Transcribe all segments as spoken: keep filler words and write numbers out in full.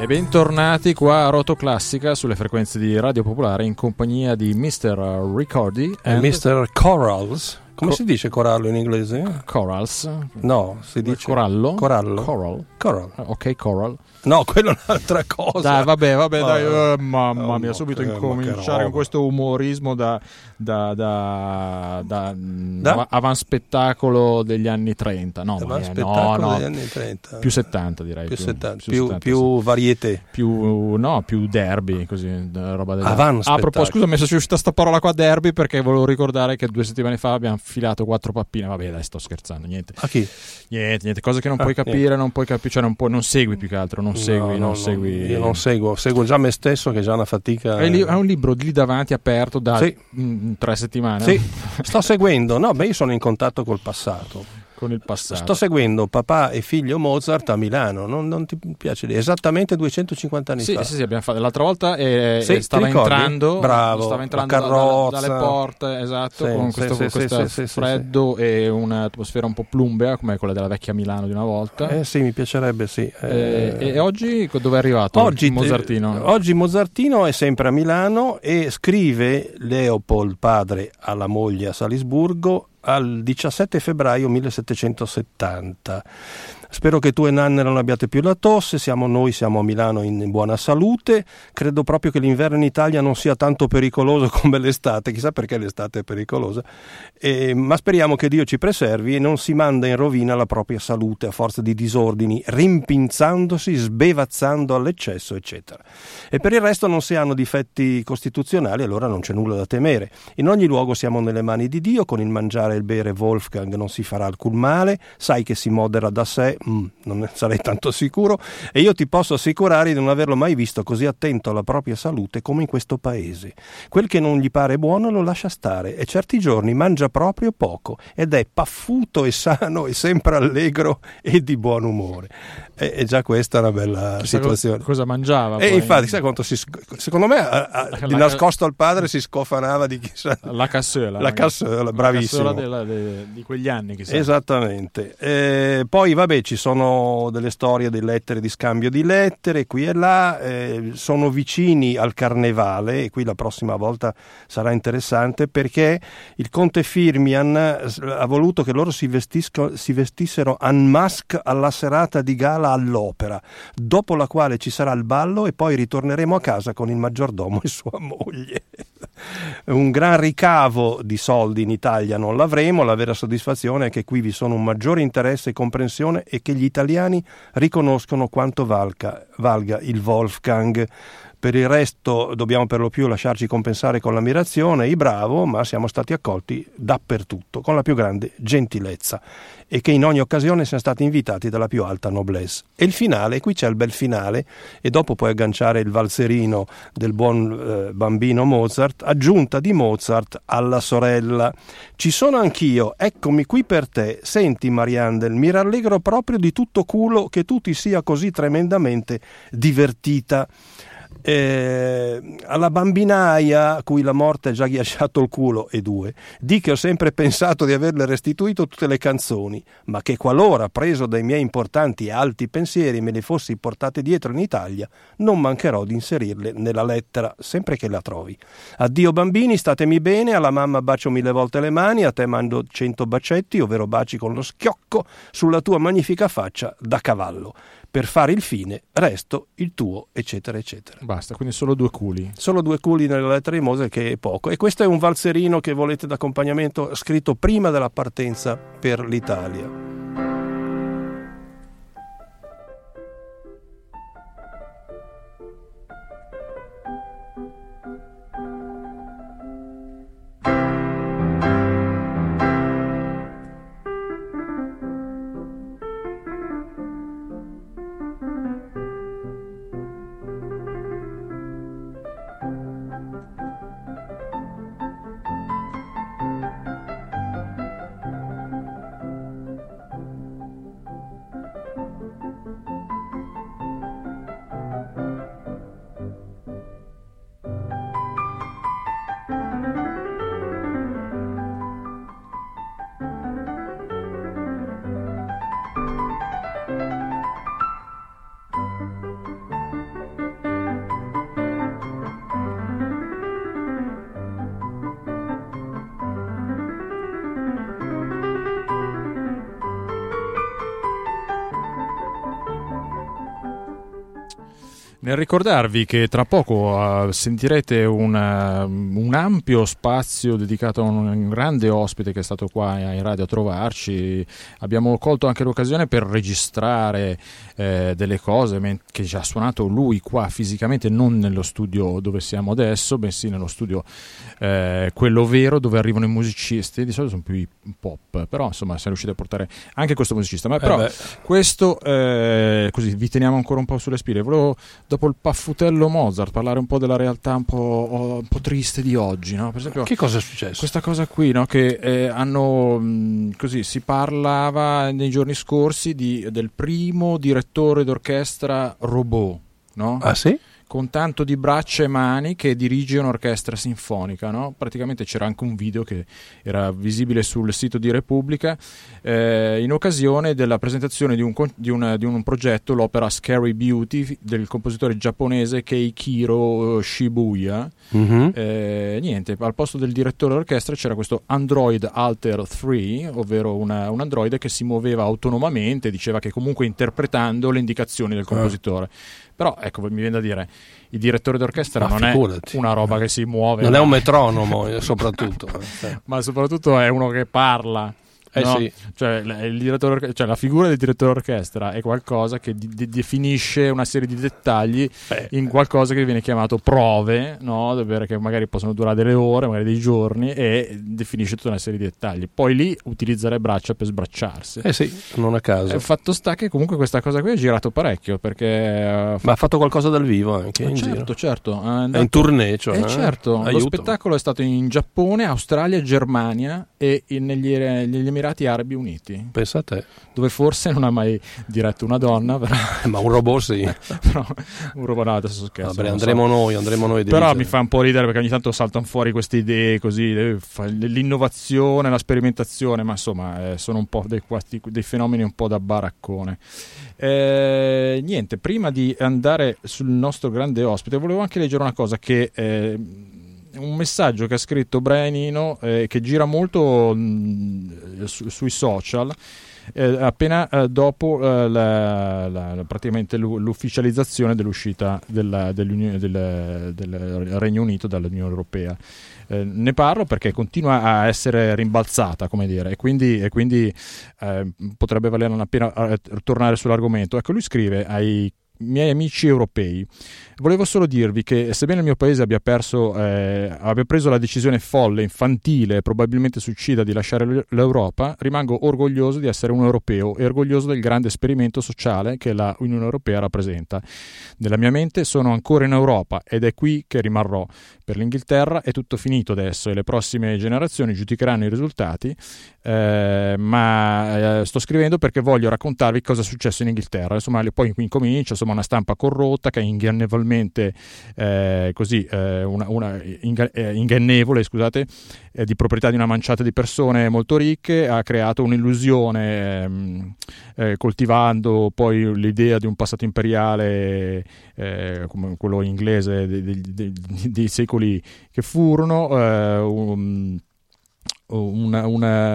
E bentornati qua a Roto Classica sulle frequenze di Radio Popolare in compagnia di mister Ricordi e mister Corals. Come Co- si dice corallo in inglese? Corals. No, si dice corallo. Corallo. Coral. Coral. Ok, coral. No, quello è un'altra cosa. Dai, vabbè, vabbè, oh, dai, uh, mamma oh, mia, subito che, incominciare con questo umorismo da da da, da, da? avanspettacolo degli anni trenta. No, ma no, no, degli anni trenta. Più settanta direi. Più, più settanta, più, più, settanta, più sì. Varieté. Più, no, più derby, così, roba del Avanti. Ah, proprio, scusa, mi è uscita sta parola qua, derby, perché volevo ricordare che due settimane fa abbiamo filato quattro pappine. Vabbè, dai, sto scherzando, niente. A chi? Niente, niente, cose che non ah, puoi capire, niente. non puoi capire, cioè non puoi, non segui più che altro, non segui, no, non no, segui. Io non seguo, seguo già me stesso che è già una fatica. È, li- è un libro lì davanti aperto da sì. mh, tre settimane. Sì, sto seguendo, no, beh io sono in contatto col passato. Con il passato. Sto seguendo Papà e Figlio Mozart a Milano, non, non ti piace lì? Esattamente duecentocinquanta anni sì, fa. Sì, sì, abbiamo fatto. L'altra volta eh, sì, stava entrando, Bravo, stava entrando la carrozza. da, da, dalle porte, esatto, sì, con sì, questo, sì, questo sì, freddo sì, e un'atmosfera un po' plumbea come quella della vecchia Milano di una volta. Eh sì, mi piacerebbe, sì. Eh, e, e oggi dove è arrivato oggi, Mozartino? Eh, oggi Mozartino è sempre a Milano e scrive Leopold padre alla moglie a Salisburgo al diciassette febbraio millesettecentosettanta. Spero che tu e Nanne non abbiate più la tosse, siamo noi, siamo a Milano in buona salute, credo proprio che l'inverno in Italia non sia tanto pericoloso come l'estate, chissà perché l'estate è pericolosa, e, ma speriamo che Dio ci preservi e non si manda in rovina la propria salute a forza di disordini, rimpinzandosi, sbevazzando all'eccesso, eccetera. E per il resto non si hanno difetti costituzionali, allora non c'è nulla da temere. In ogni luogo siamo nelle mani di Dio, con il mangiare e il bere Wolfgang non si farà alcun male, sai che si modera da sé, mm, non ne sarei tanto sicuro, e io ti posso assicurare di non averlo mai visto così attento alla propria salute come in questo paese. Quel che non gli pare buono lo lascia stare e certi giorni mangia proprio poco ed è paffuto e sano e sempre allegro e di buon umore. E, e già questa è una bella Chissà situazione. Cosa mangiava? E poi. infatti, sai quanto si sc- secondo me a, a, la, di nascosto al padre si scofanava di chissà la cassola, la cassola, bravissimo, la cassola della, de, di quegli anni, chissà. Esattamente. Eh, poi vabbè, ci sono delle storie di lettere, di scambio di lettere qui e là, eh, sono vicini al carnevale e qui la prossima volta sarà interessante perché il conte Firmian ha voluto che loro si, vestisco, si vestissero en masque alla serata di gala all'opera, dopo la quale ci sarà il ballo e poi ritorneremo a casa con il maggiordomo e sua moglie. Un gran ricavo di soldi in Italia non l'avremo, la vera soddisfazione è che qui vi sono un maggiore interesse e comprensione e che gli italiani riconoscono quanto valga, valga il Wolfgang. Per il resto dobbiamo per lo più lasciarci compensare con l'ammirazione, i bravo, ma siamo stati accolti dappertutto con la più grande gentilezza e che in ogni occasione siamo stati invitati dalla più alta noblesse. E il finale, qui c'è il bel finale e dopo puoi agganciare il valserino del buon eh, bambino Mozart, aggiunta di Mozart alla sorella. Ci sono anch'io, eccomi qui per te, senti Mariandel, mi rallegro proprio di tutto culo che tu ti sia così tremendamente divertita. Eh, alla bambinaia cui la morte ha già ghiacciato il culo e due, di che ho sempre pensato di averle restituito tutte le canzoni, ma che qualora preso dai miei importanti e alti pensieri me le fossi portate dietro in Italia, non mancherò di inserirle nella lettera sempre che la trovi. Addio bambini, statemi bene, alla mamma bacio mille volte le mani, a te mando cento bacetti, ovvero baci con lo schiocco sulla tua magnifica faccia da cavallo. Per fare il fine, resto il tuo, eccetera, eccetera. Basta, quindi solo due culi. Solo due culi nella lettera di Mozart, che è poco. E questo è un valserino che volete d'accompagnamento, scritto prima della partenza per l'Italia. Nel ricordarvi che tra poco uh, sentirete una, un ampio spazio dedicato a un grande ospite che è stato qua in radio a trovarci. Abbiamo colto anche l'occasione per registrare eh, delle cose che ci ha suonato lui qua fisicamente, non nello studio dove siamo adesso, bensì nello studio eh, quello vero, dove arrivano i musicisti. Di solito sono più i pop, però insomma siamo riusciti a portare anche questo musicista. Ma però eh questo eh, così vi teniamo ancora un po' sulle spine. Volevo, dopo il paffutello Mozart, parlare un po' della realtà un po', un po' triste di oggi, no? Per esempio, che cosa è successo? Questa cosa qui, no? Che eh, hanno mh, così si parlava nei giorni scorsi di, del primo direttore d'orchestra robot, no? Ah sì? Con tanto di braccia e mani, che dirige un'orchestra sinfonica, no? Praticamente c'era anche un video che era visibile sul sito di Repubblica eh, in occasione della presentazione di un, di, un, di un progetto, l'opera Scary Beauty del compositore giapponese Keikiro Shibuya. Mm-hmm. Eh, niente, al posto del direttore d'orchestra c'era questo Android Alter tre, ovvero una, un androide che si muoveva autonomamente, diceva che comunque interpretando le indicazioni del compositore. Ah. Però ecco, mi viene da dire, il direttore d'orchestra ma non figurati. È una roba che si muove, non ma... è un metronomo soprattutto, ma soprattutto è uno che parla. Eh no? sì. Cioè, il direttore, cioè la figura del direttore d'orchestra è qualcosa che di, di, definisce una serie di dettagli Beh. in qualcosa che viene chiamato prove, no? Che magari possono durare delle ore, magari dei giorni, e definisce tutta una serie di dettagli. Poi lì utilizza le braccia per sbracciarsi. Eh sì, non a caso. Il fatto sta che comunque questa cosa qui ha girato parecchio, perché uh, ma ha fatto qualcosa dal vivo anche in certo, giro. certo. È, andato... è in tournée, cioè. Eh, certo. Aiuto. Lo spettacolo è stato in Giappone, Australia, Germania e in, negli, negli Emirati Arabi Uniti. Pensa a te. Dove forse non ha mai diretto una donna, però... ma un robot sì. Però un robot, no, adesso scherzo. Vabbè, andremo so. noi, andremo noi. Però mi fa un po' ridere perché ogni tanto saltano fuori queste idee così, l'innovazione, la sperimentazione, ma insomma eh, sono un po' dei, dei fenomeni un po' da baraccone. Eh, niente, prima di andare sul nostro grande ospite, volevo anche leggere una cosa che... Eh, un messaggio che ha scritto Brian Eno eh, che gira molto mh, su, sui social eh, appena eh, dopo eh, la, la, praticamente l'ufficializzazione dell'uscita della, dell'Unione, del, del Regno Unito dall'Unione Europea. Eh, ne parlo perché continua a essere rimbalzata, come dire, e quindi, e quindi eh, potrebbe valere la pena eh, tornare sull'argomento. Ecco, lui scrive ai miei amici europei: volevo solo dirvi che sebbene il mio paese abbia perso eh, abbia preso la decisione folle, infantile e probabilmente suicida di lasciare l'Europa, rimango orgoglioso di essere un europeo e orgoglioso del grande esperimento sociale che la Unione Europea rappresenta. Nella mia mente sono ancora in Europa ed è qui che rimarrò. Per l'Inghilterra è tutto finito adesso e le prossime generazioni giudicheranno i risultati, eh, ma eh, sto scrivendo perché voglio raccontarvi cosa è successo in Inghilterra. Insomma, poi incomincia insomma una stampa corrotta che è ingannevolmente eh, così eh, una, una inga, eh, ingannevole scusate eh, di proprietà di una manciata di persone molto ricche, ha creato un'illusione ehm, eh, coltivando poi l'idea di un passato imperiale eh, come quello inglese dei, dei, dei, dei secoli che furono, eh, un, Una,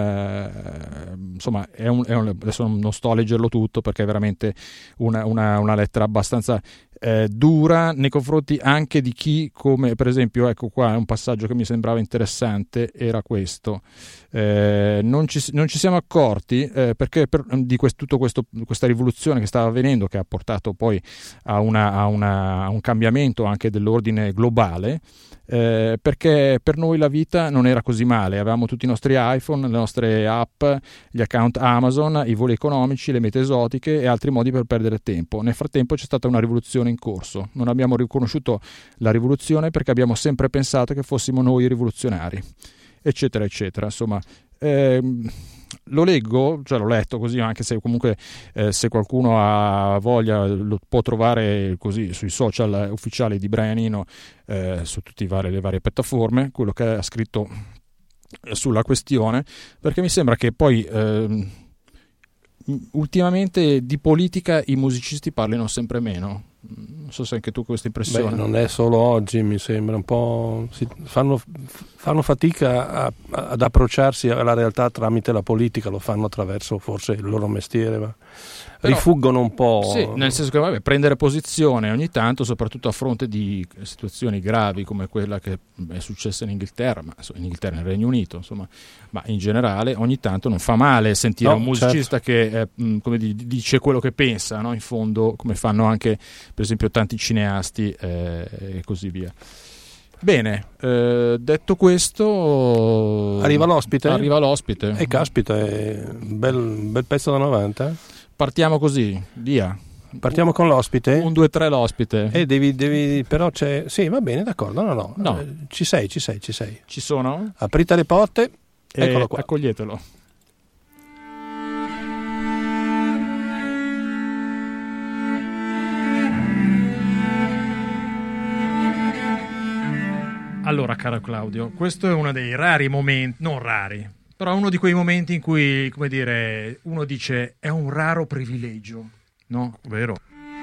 una insomma è un, è un, adesso non sto a leggerlo tutto perché è veramente una, una, una lettera abbastanza eh, dura nei confronti anche di chi, come per esempio, ecco qua un passaggio che mi sembrava interessante, era questo: eh, non, ci, non ci siamo accorti eh, perché per, di quest, tutto questo, questa rivoluzione che stava avvenendo, che ha portato poi a, una, a, una, a un cambiamento anche dell'ordine globale, eh, perché per noi la vita non era così male, avevamo tutti i nostri iPhone, le nostre app, gli account Amazon, i voli economici, le mete esotiche e altri modi per perdere tempo. Nel frattempo c'è stata una rivoluzione in corso. Non abbiamo riconosciuto la rivoluzione perché abbiamo sempre pensato che fossimo noi rivoluzionari, eccetera eccetera. Insomma, ehm, lo leggo, cioè l'ho letto così, anche se comunque eh, se qualcuno ha voglia lo può trovare così sui social ufficiali di Brian Eno, eh, su tutte le varie piattaforme, quello che ha scritto sulla questione, perché mi sembra che poi eh, ultimamente di politica i musicisti parlino sempre meno. Non so se anche tu questa impressione. Beh, non è solo oggi, mi sembra un po' si fanno, fanno fatica a, a, ad approcciarsi alla realtà tramite la politica, lo fanno attraverso forse il loro mestiere, ma Però, rifuggono un po'. Sì, nel senso che vabbè, prendere posizione ogni tanto, soprattutto a fronte di situazioni gravi come quella che è successa in Inghilterra, ma in Inghilterra, nel Regno Unito, insomma, ma in generale ogni tanto non fa male sentire no, un musicista certo. che eh, come dice quello che pensa, no? In fondo, come fanno anche per esempio tanti cineasti eh, e così via. Bene, eh, detto questo, arriva l'ospite? Arriva l'ospite. E caspita, è un bel, un bel pezzo da novanta. Partiamo così, via. Partiamo con l'ospite? Un, due, tre l'ospite. E devi, devi, però c'è. Sì, va bene, d'accordo. No, no, no. Eh, ci sei, ci sei, ci sei. Ci sono? Aprite le porte, e eccolo qua. Accoglietelo. Allora, caro Claudio, questo è uno dei rari momenti, non rari, però uno di quei momenti in cui, come dire, uno dice è un raro privilegio, no? Vero.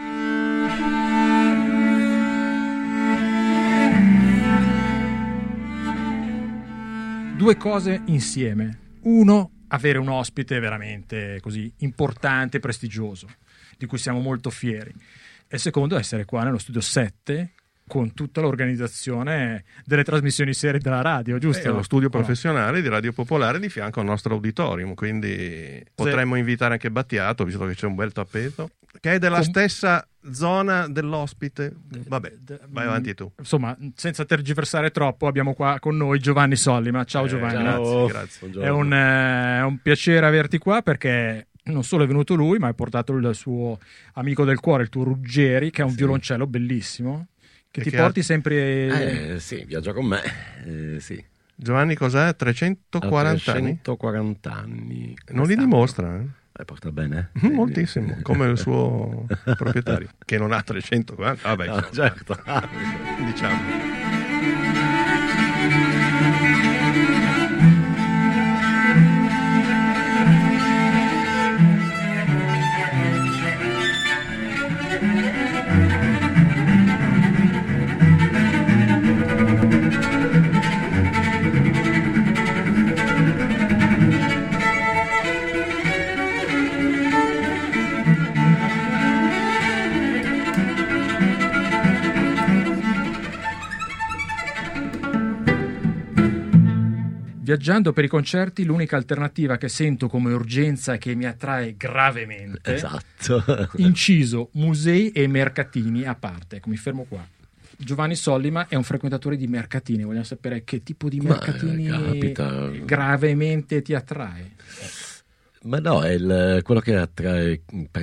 Due cose insieme. Uno, avere un ospite veramente così importante, prestigioso, di cui siamo molto fieri. E secondo, essere qua nello studio sette con tutta l'organizzazione delle trasmissioni serie della radio, giusto? È lo studio professionale di Radio Popolare di fianco al nostro auditorium, quindi potremmo invitare anche Battiato, visto che c'è un bel tappeto, che è della Com- stessa zona dell'ospite. Vabbè, vai avanti tu. Insomma, senza tergiversare troppo, abbiamo qua con noi Giovanni Sollima. Ciao eh, Giovanni. Grazie, grazie. È un, eh, è un piacere averti qua, perché non solo è venuto lui, ma hai portato il suo amico del cuore, il tuo Ruggeri, che è un sì. violoncello bellissimo, che e ti che porti ha... sempre... Eh, sì, viaggia con me, eh, sì. Giovanni cos'è? trecentoquaranta anni? trecentoquaranta anni. Non li dimostra, eh? Eh, porta bene. Mm, moltissimo, come il suo proprietario, che non ha trecentoquaranta. Vabbè, no, certo. Diciamo. Viaggiando per i concerti, l'unica alternativa che sento come urgenza e che mi attrae gravemente, esatto. Inciso, musei e mercatini a parte. Ecco, mi fermo qua. Giovanni Sollima è un frequentatore di mercatini. Vogliamo sapere che tipo di mercatini capita... gravemente ti attrae. Ma no, è il, quello che attrae,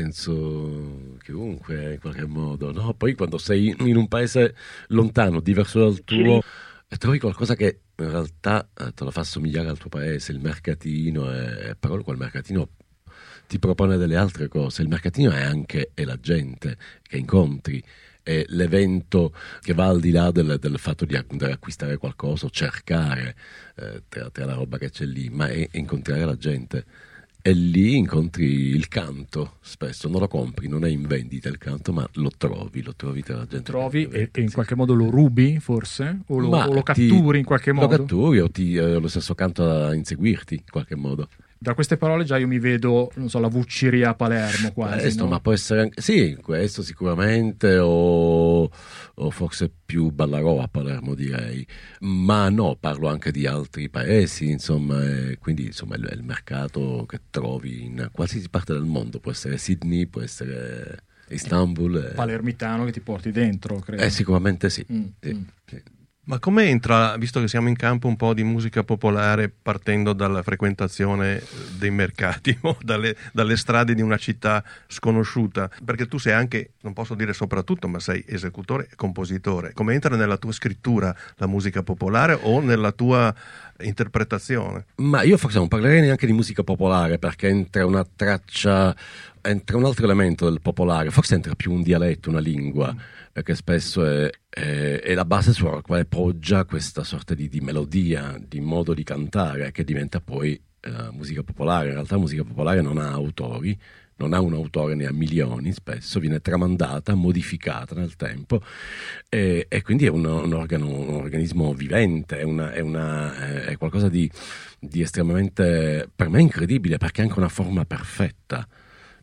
penso, chiunque in qualche modo, no? Poi quando sei in un paese lontano, diverso dal tuo, e trovi qualcosa che in realtà te lo fa somigliare al tuo paese, il mercatino, è, però quel mercatino ti propone delle altre cose. Il mercatino è anche è la gente che incontri, è l'evento che va al di là del, del fatto di andare a acquistare qualcosa o cercare eh, tra, tra la roba che c'è lì, ma è, è incontrare la gente. E lì incontri il canto, spesso non lo compri, non è in vendita il canto, ma lo trovi, lo trovi tra la gente. Trovi e, e in qualche modo lo rubi, forse? O lo, o lo catturi ti, in qualche modo? Lo catturi o ti, eh, lo stesso canto a inseguirti in qualche modo. Da queste parole già io mi vedo, non so, la Vucciria a Palermo quasi. Questo, no? Ma può essere anche, sì, questo sicuramente, o, o forse più Ballarò a Palermo direi, ma no, parlo anche di altri paesi, insomma, e quindi insomma è il mercato che trovi in qualsiasi parte del mondo, può essere Sydney, può essere Istanbul. Palermitano che ti porti dentro, credo. Eh, sicuramente sì, mm, sì, mm. sì. Ma come entra, visto che siamo in campo, un po' di musica popolare partendo dalla frequentazione dei mercati o dalle, dalle strade di una città sconosciuta? Perché tu sei anche, non posso dire soprattutto, ma sei esecutore e compositore. Come entra nella tua scrittura la musica popolare o nella tua interpretazione? Ma io forse non parlerei neanche di musica popolare, perché entra una traccia, entra un altro elemento del popolare, forse entra più un dialetto, una lingua, mm. perché spesso è, è, è la base sulla quale poggia questa sorta di, di melodia, di modo di cantare, che diventa poi eh, musica popolare. In realtà la musica popolare non ha autori, non ha un autore, ne ha milioni, spesso viene tramandata, modificata nel tempo, e, e quindi è un, un, organo, un organismo vivente, è, una, è, una, è qualcosa di, di estremamente, per me, incredibile, perché è anche una forma perfetta.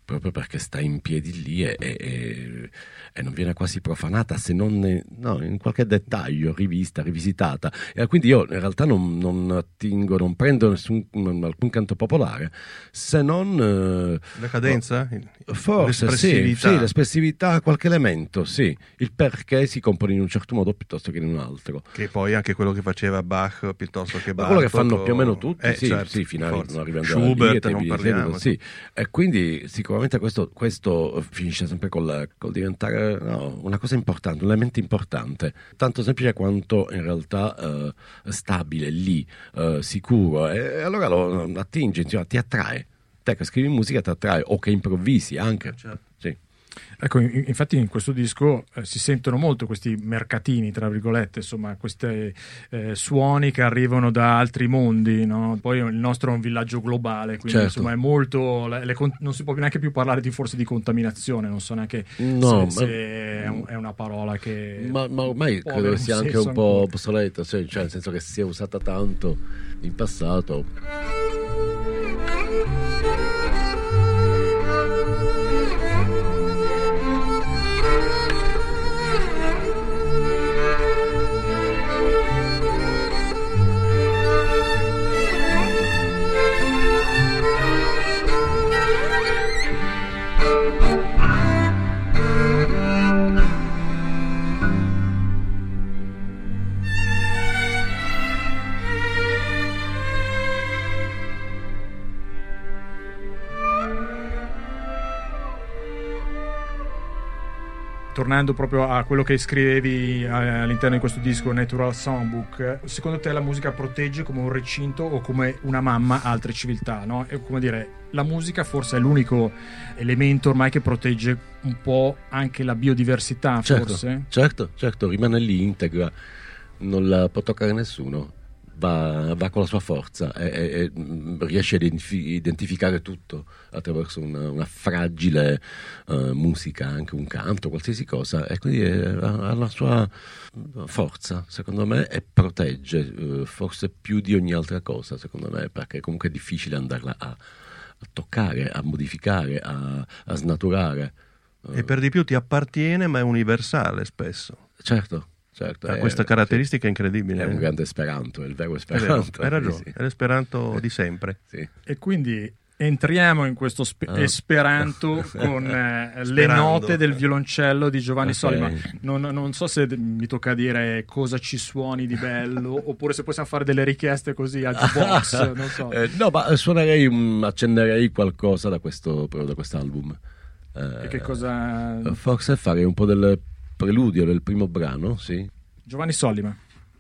proprio perché sta in piedi lì e, e, e non viene quasi profanata, se non no, in qualche dettaglio rivista, rivisitata. E quindi io in realtà non, non attingo, non prendo nessun, alcun canto popolare, se non eh, la cadenza, oh, forse l'espressività. Sì, sì, l'espressività, qualche elemento, sì, il perché si compone in un certo modo piuttosto che in un altro, che poi anche quello che faceva Bach piuttosto che Bach, quello che fanno più o meno tutti, eh, sì, certo, sì, fino a arrivando Schubert, alla non Liete, parliamo, sì. E quindi sicuramente questo, questo finisce sempre col, col diventare no, una cosa importante, un elemento importante, tanto semplice quanto in realtà eh, stabile, lì, eh, sicuro, e allora lo attingi, insomma, ti attrae. Te che scrivi musica ti attrae, o che improvvisi anche, certo. Sì. Ecco, in- infatti in questo disco eh, si sentono molto questi mercatini, tra virgolette, insomma, questi eh, suoni che arrivano da altri mondi, no? Poi il nostro è un villaggio globale, quindi Certo. insomma è molto, le, le con- non si può neanche più parlare di forse di contaminazione, non so neanche No, se, ma- se è, un- è una parola che... Ma, ma ormai può credo avere che sia un anche senso un po' ancora. obsoleta, cioè, cioè nel senso che si è usata tanto in passato. Tornando proprio a quello che scrivevi all'interno di questo disco Natural Songbook, secondo te la musica protegge come un recinto o come una mamma altre civiltà, no? È come dire, la musica forse è l'unico elemento ormai che protegge un po' anche la biodiversità, Certo, forse? certo, certo, rimane lì integra, non la può toccare nessuno, va, va con la sua forza e, e, e riesce a identifi- identificare tutto attraverso una, una fragile uh, musica, anche un canto, qualsiasi cosa, e quindi è, ha la sua forza, secondo me, e protegge uh, forse più di ogni altra cosa, secondo me, perché comunque è difficile andarla a, a toccare, a modificare, a, a snaturare. E per di più ti appartiene, ma è universale spesso. Certo, certo. Ha è- questa caratteristica incredibile. È un eh. grande esperanto, è il vero È vero, esperanto. hai ragione, Sì, sì. è l'esperanto di sempre. Sì. E quindi entriamo in questo spe- Ah. esperanto con eh, le Sperando. note del violoncello di Giovanni Ok. Solima. Non, non so se mi tocca dire cosa ci suoni di bello, oppure se possiamo fare delle richieste così a jukebox, non so. Eh, no, ma suonerei, mm, accenderei qualcosa da questo, proprio da quest'album. Eh, E che cosa... Forse fare un po' del preludio del primo brano, sì. Giovanni Solima.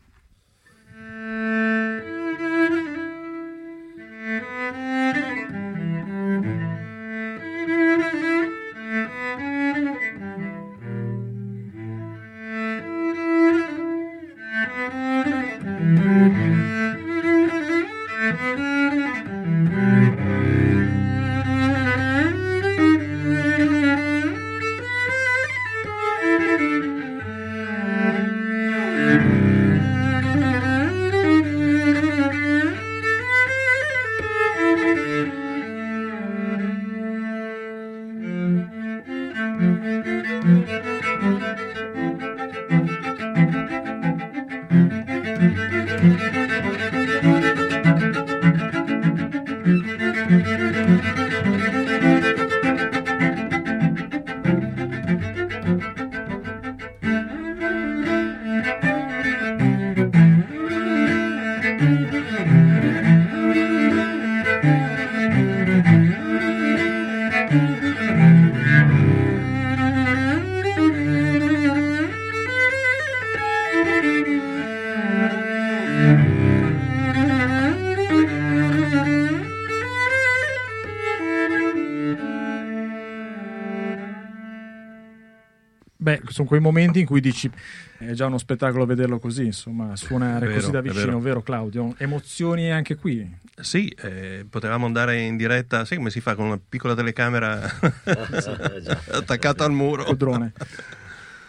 Beh, sono quei momenti in cui dici è già uno spettacolo vederlo così, insomma, suonare Vero, così da è vicino, vero. vero Claudio? Emozioni anche qui. Sì, eh, potevamo andare in diretta, sai come si fa con una piccola telecamera attaccata al muro? Col drone.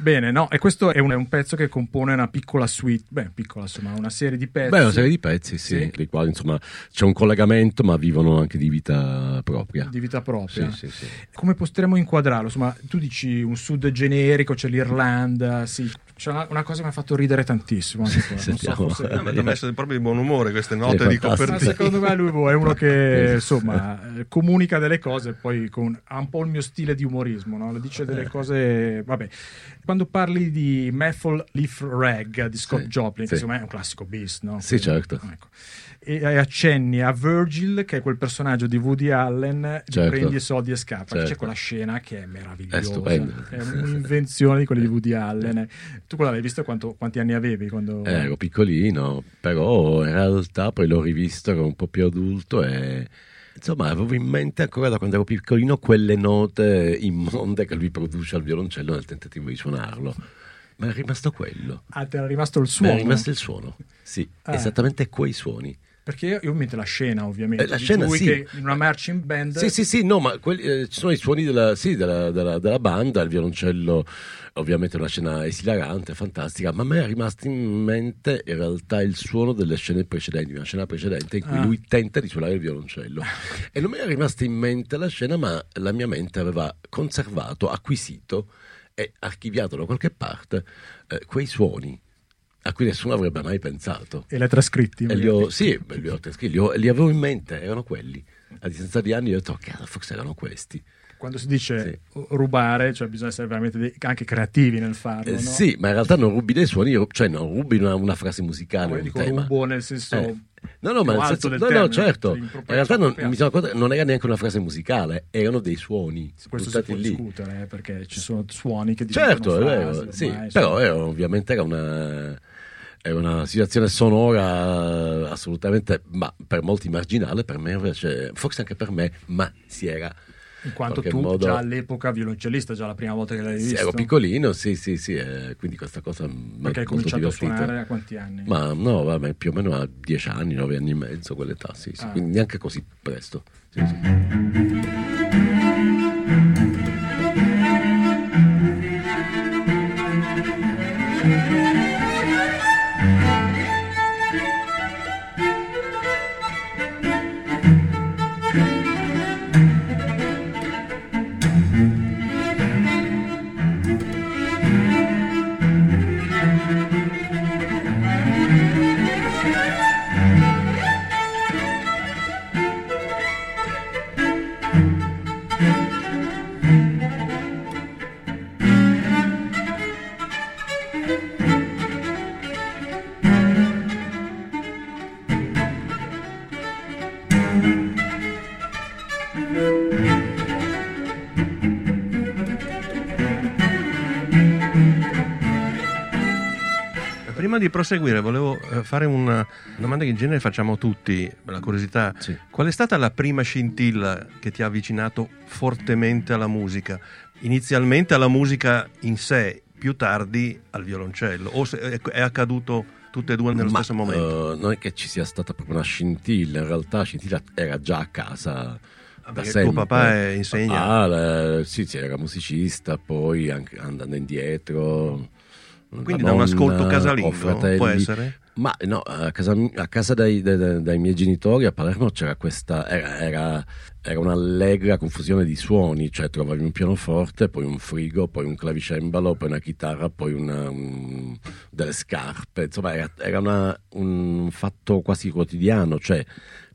Bene, no, e questo è un, è un pezzo che compone una piccola suite, beh, piccola insomma, una serie di pezzi. Beh, una serie di pezzi, sì, Sì. dei quali insomma c'è un collegamento, ma vivono anche di vita propria. Di vita propria. Sì, sì, sì. Come potremmo inquadrarlo? Insomma, tu dici un sud generico, c'è l'Irlanda, sì. C'è una, una cosa che mi ha fatto ridere tantissimo. Anche qua. Non so, Sentiamo. forse- Ah, ma ti ha messo proprio di buon umore queste note Sì, di fantastico. Ma copertina. secondo me lui boh, è uno che insomma eh, comunica delle cose e poi con, ha un po' il mio stile di umorismo, no? Le dice delle cose, vabbè. Quando parli di Maple Leaf Rag di Scott Sì, Joplin, sì. che secondo me è un classico beast, no? Sì, certo. Ecco. E e accenni a Virgil, che è quel personaggio di Woody Allen, di Certo. prendi i soldi e scappa. Certo. C'è quella scena che è meravigliosa, È stupenda. è un'invenzione di quelli di Woody Allen. Tu quella l'hai vista quanto- quanti anni avevi? Quando... Eh, ero piccolino, però in realtà poi l'ho rivisto, ero un po' più adulto e insomma avevo in mente ancora da quando ero piccolino quelle note immonde che lui produce al violoncello nel tentativo di suonarlo. Ma è rimasto quello. Ah, ti era rimasto il Ma suono? è rimasto il suono. Sì, Ah. esattamente quei suoni. Perché io, io ho in mente la scena, ovviamente. Eh, la di scena, lui sì. che in una marching band. Sì, sì, sì, no, ma quelli, eh, ci sono i suoni della, sì, della, della, della banda, il violoncello, ovviamente è una scena esilarante, fantastica, ma a me è rimasto in mente in realtà il suono delle scene precedenti, una scena precedente in cui Ah. lui tenta di suonare il violoncello. E non mi era rimasta in mente la scena, ma la mia mente aveva conservato, acquisito e archiviato da qualche parte eh, quei suoni a cui nessuno avrebbe mai pensato. E l'hai trascritti. E li ho, sì, beh, li, ho trascritti, li, ho- li avevo in mente, erano quelli. A distanza di anni io ho detto, "Ok, forse erano questi." Quando si dice rubare, cioè bisogna essere veramente dei- anche creativi nel farlo, Eh, no? Sì, ma in realtà non rubi dei suoni, ru- cioè non rubi una, una frase musicale, No, io un dico tema. rubo nel senso Eh. No, no, più ma nel alto senso, del no, termine, no, certo. cioè In improprio- realtà non, appropriato. mi sono accorto- non era neanche una frase musicale, erano dei suoni Questo si può buttati lì. discutere, eh, perché ci sono suoni che diventano Certo, è vero, frasi, sì, ormai, però insomma. era, ovviamente era una, era una situazione sonora assolutamente, ma per molti marginale, per me invece, forse anche per me, ma si era in quanto in tu qualche modo- già all'epoca violoncellista, già la prima volta che l'hai sì, visto, ero piccolino, sì, sì, sì, eh, quindi questa cosa mi ha perché hai molto cominciato divertito. a suonare a quanti anni? Ma no, vabbè, più o meno a dieci anni, nove anni e mezzo, quell'età, sì, sì, Ah. quindi neanche così presto. Sì, sì. Prima di proseguire volevo eh, fare una domanda che in genere facciamo tutti, per la curiosità. Sì. Qual è stata la prima scintilla che ti ha avvicinato fortemente alla musica? Inizialmente alla musica in sé, più tardi al violoncello? O se è, è accaduto tutte e due nello Ma, stesso momento? eh, non è che ci sia stata proprio una scintilla, in realtà la scintilla era già a casa da Perché sempre. tuo papà è- insegna? Ah, la- sì, sì, era musicista, poi anche andando indietro. Quindi la da un nonna, ascolto o casalingo, fratelli. può essere? Ma no, a casa, a casa dai, dai- dai miei genitori a Palermo c'era questa, era, era, era un'allegra confusione di suoni, cioè trovavi un pianoforte, poi un frigo, poi un clavicembalo, poi una chitarra, poi una, un- delle scarpe, insomma era, era una- un fatto quasi quotidiano, cioè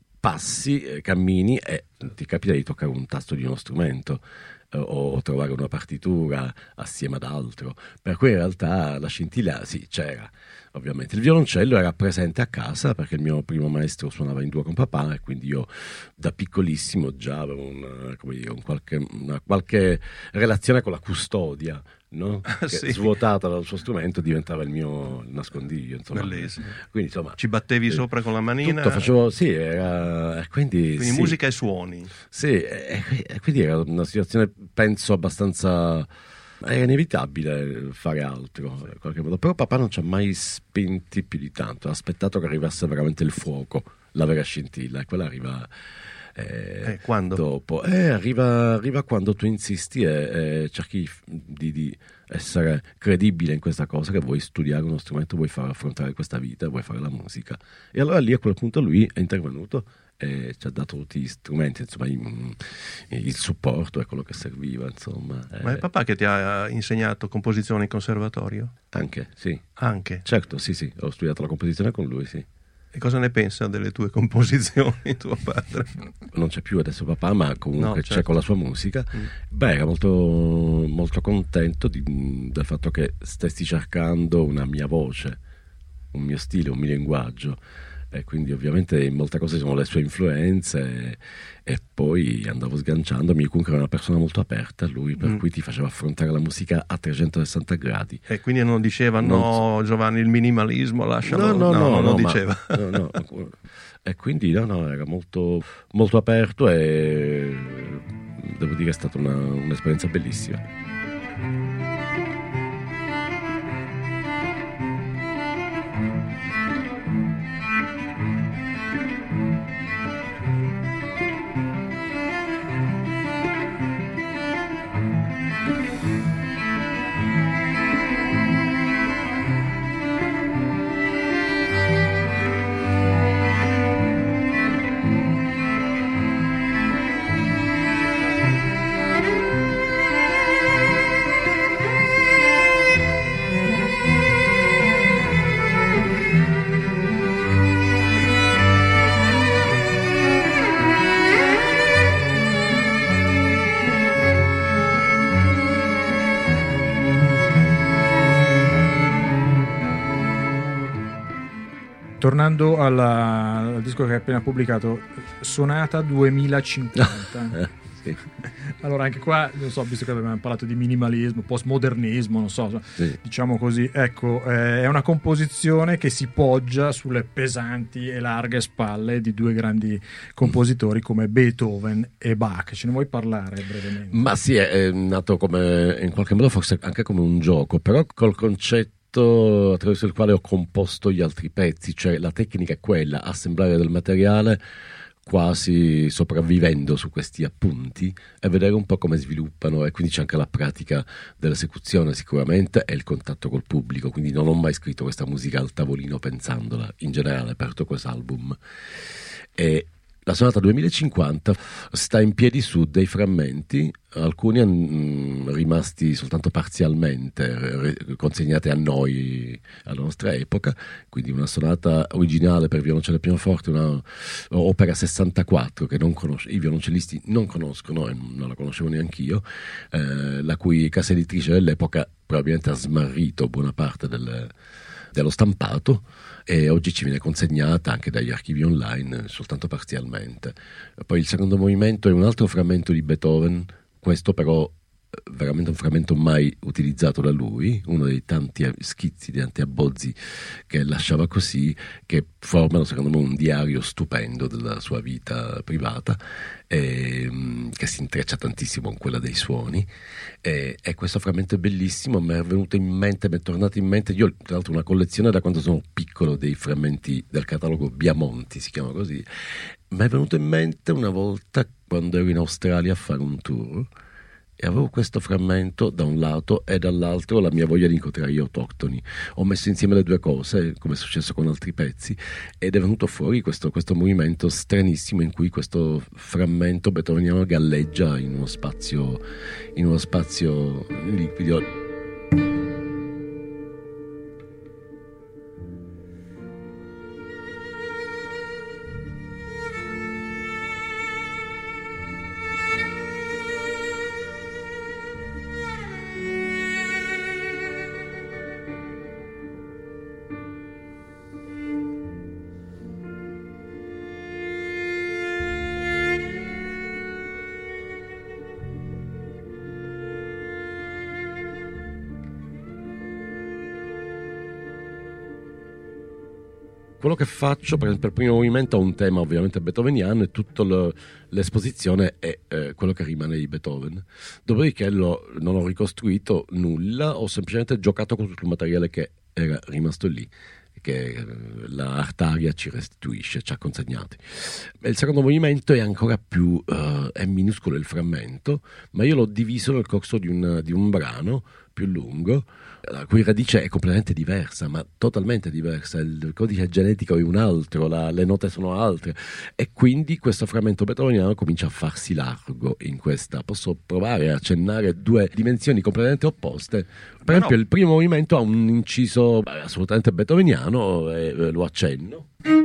passi, eh, cammini e ti capita di toccare un tasto di uno strumento eh, o trovare una partitura assieme ad altro, per cui in realtà la scintilla sì c'era. Ovviamente il violoncello era presente a casa perché il mio primo maestro suonava in duo con papà e quindi io da piccolissimo già avevo una, come dire, un qualche, una qualche relazione con la custodia, no? Ah, Che sì. svuotata dal suo strumento diventava il mio nascondiglio, insomma. Bellissimo. Quindi insomma Ci battevi eh, sopra con la manina? tutto facevo, sì, era, e quindi, Quindi sì, musica e suoni. sì, e, e quindi era una situazione penso abbastanza, era inevitabile fare altro in qualche modo, però papà non ci ha mai spinti più di tanto, ha aspettato che arrivasse veramente il fuoco, la vera scintilla, e quella arriva Eh, eh, quando? Dopo. Eh, arriva, arriva quando tu insisti e, e cerchi di, di essere credibile in questa cosa, che vuoi studiare uno strumento, vuoi far affrontare questa vita, vuoi fare la musica. E allora lì a quel punto lui è intervenuto e ci ha dato tutti gli strumenti, insomma, il, il supporto è quello che serviva, insomma. Ma è eh, papà che ti ha insegnato composizione in conservatorio? Anche, sì. Anche? Certo, sì, sì, ho studiato la composizione con lui, sì. E cosa ne pensa delle tue composizioni tuo padre? Non c'è più adesso papà, ma comunque No, c'è certo. con la sua musica. Mm. Beh, era molto, molto contento di- del fatto che stessi cercando una mia voce, un mio stile, un mio linguaggio. E quindi ovviamente in molte cose sono le sue influenze, e, e poi andavo sganciandomi. Comunque era una persona molto aperta lui, per Mm. cui ti faceva affrontare la musica a trecentosessanta gradi. E quindi non diceva Non no Giovanni, il minimalismo lascialo? No, no, no, non lo ma- diceva. no, no. E quindi no, no, era molto, molto aperto, e devo dire che è stata una- un'esperienza bellissima. Tornando alla- al disco che hai appena pubblicato, Sonata duemilacinquanta. Eh, sì, Allora, anche qua, non so, visto che abbiamo parlato di minimalismo, postmodernismo, non so, sì. diciamo così, ecco, eh, è una composizione che si poggia sulle pesanti e larghe spalle di due grandi compositori come Beethoven e Bach. Ce ne vuoi parlare brevemente? Ma sì, è, è nato come, in qualche modo forse anche come un gioco, però col concetto attraverso il quale ho composto gli altri pezzi, cioè la tecnica è quella, assemblare del materiale quasi sopravvivendo su questi appunti e vedere un po' come sviluppano, e quindi c'è anche la pratica dell'esecuzione sicuramente e il contatto col pubblico, quindi non ho mai scritto questa musica al tavolino pensandola, in generale per tutto questo album. E la Sonata duemilacinquanta sta in piedi su dei frammenti, alcuni mm, rimasti soltanto parzialmente re- consegnati a noi, alla nostra epoca, quindi una sonata originale per violoncello e pianoforte, una opera sessantaquattro che non conosce, i violoncellisti non conoscono e non la conoscevo neanche io, eh, la cui casa editrice dell'epoca probabilmente ha smarrito buona parte del, dello stampato, e oggi ci viene consegnata anche dagli archivi online soltanto parzialmente. Poi il secondo movimento è un altro frammento di Beethoven, questo però veramente un frammento mai utilizzato da lui, uno dei tanti schizzi, dei tanti abbozzi che lasciava così, che formano secondo me un diario stupendo della sua vita privata, e, che si intreccia tantissimo con quella dei suoni, e, e questo frammento è bellissimo. Mi è venuto in mente, mi è tornato in mente, io tra l'altro ho una collezione da quando sono piccolo dei frammenti del catalogo Biamonti, si chiama così. Mi è venuto in mente una volta quando ero in Australia a fare un tour e avevo questo frammento da un lato e dall'altro la mia voglia di incontrare gli autoctoni. Ho messo insieme le due cose, come è successo con altri pezzi, ed è venuto fuori questo, questo movimento stranissimo in cui questo frammento beethoveniano galleggia in uno spazio, in uno spazio liquido. Quello che faccio per, per il primo movimento ha un tema ovviamente beethoveniano, e tutta lo, l'esposizione è eh, quello che rimane di Beethoven. Dopodiché lo, non ho ricostruito nulla, ho semplicemente giocato con tutto il materiale che era rimasto lì, che la Artaria ci restituisce, ci ha consegnati. Il secondo movimento è ancora più uh, è minuscolo il frammento, ma io l'ho diviso nel corso di un, di un brano più lungo, la cui radice è completamente diversa, ma totalmente diversa. Il codice genetico è un altro, la, le note sono altre, e quindi questo frammento beethoveniano comincia a farsi largo in questa. Posso provare a accennare due dimensioni completamente opposte. Per esempio, no. Il primo movimento ha un inciso beh, assolutamente beethoveniano, e eh, lo accenno.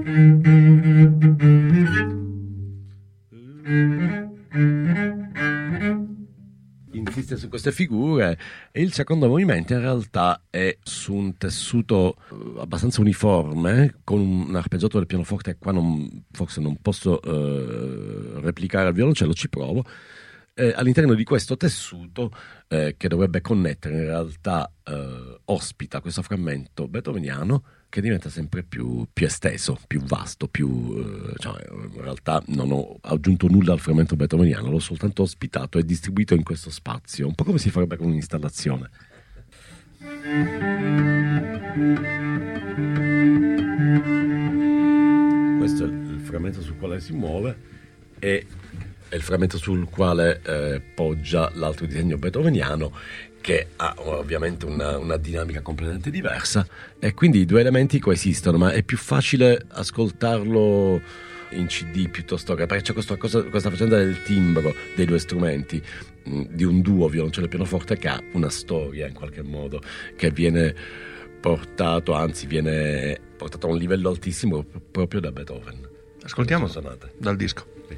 Insiste su queste figure, e il secondo movimento in realtà è su un tessuto abbastanza uniforme con un arpeggiato del pianoforte. Qua non, forse non posso uh, replicare al violoncello, ci provo. Eh, all'interno di questo tessuto eh, che dovrebbe connettere, in realtà eh, ospita questo frammento beethoveniano che diventa sempre più, più esteso, più vasto, più eh, cioè, in realtà non ho aggiunto nulla al frammento beethoveniano, l'ho soltanto ospitato e distribuito in questo spazio, un po' come si farebbe con un'installazione. Questo è il frammento sul quale si muove, e è il frammento sul quale eh, poggia l'altro disegno beethoveniano, che ha ovviamente una, una dinamica completamente diversa, e quindi i due elementi coesistono, ma è più facile ascoltarlo in C D piuttosto che, perché c'è questa, cosa, questa faccenda del timbro dei due strumenti, mh, di un duo violoncello e pianoforte che ha una storia in qualche modo, che viene portato, anzi viene portato a un livello altissimo proprio da Beethoven. Ascoltiamo dal disco. Sì.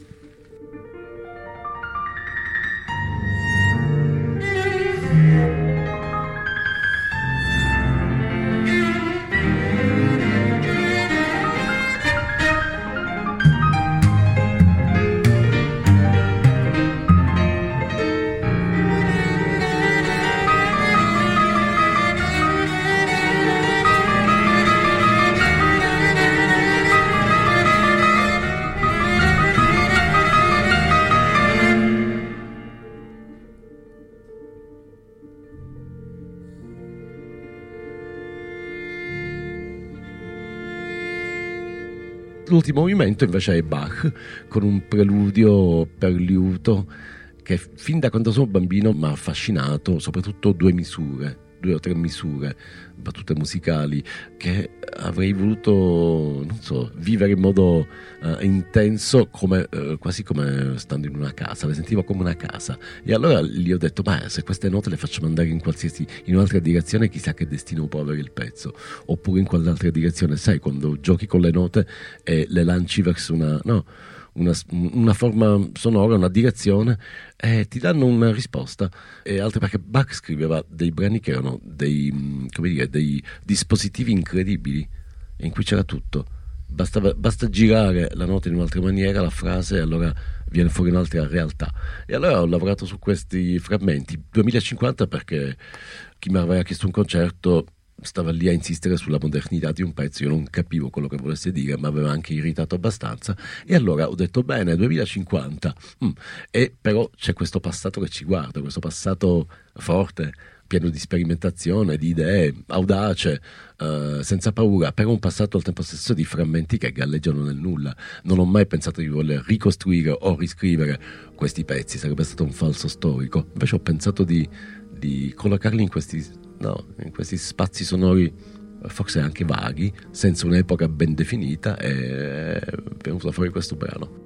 L'ultimo movimento invece è Bach, con un preludio per liuto che fin da quando sono bambino mi ha affascinato, soprattutto due misure, due o tre misure, battute musicali che avrei voluto, non so, vivere in modo uh, intenso, come, uh, quasi come stando in una casa, le sentivo come una casa. E allora gli ho detto, ma se queste note le facciamo andare in qualsiasi, in un'altra direzione, chissà che destino può avere il pezzo, oppure in quell'altra direzione, sai, quando giochi con le note e le lanci verso una, no, Una, una forma sonora, una direzione, e ti danno una risposta. E altre, perché Bach scriveva dei brani che erano dei, come dire, dei dispositivi incredibili in cui c'era tutto, basta, basta girare la nota in un'altra maniera, la frase, e allora viene fuori un'altra realtà. E allora ho lavorato su questi frammenti duemilacinquanta, perché chi mi aveva chiesto un concerto stava lì a insistere sulla modernità di un pezzo, io non capivo quello che volesse dire, ma aveva anche irritato abbastanza, e allora ho detto bene, duemilacinquanta, mm. E però c'è questo passato che ci guarda, questo passato forte, pieno di sperimentazione, di idee, audace, uh, senza paura, però un passato al tempo stesso di frammenti che galleggiano nel nulla. Non ho mai pensato di voler ricostruire o riscrivere questi pezzi, sarebbe stato un falso storico, invece ho pensato di, di collocarli in questi No, in questi spazi sonori forse anche vaghi, senza un'epoca ben definita, e è venuto fuori questo brano.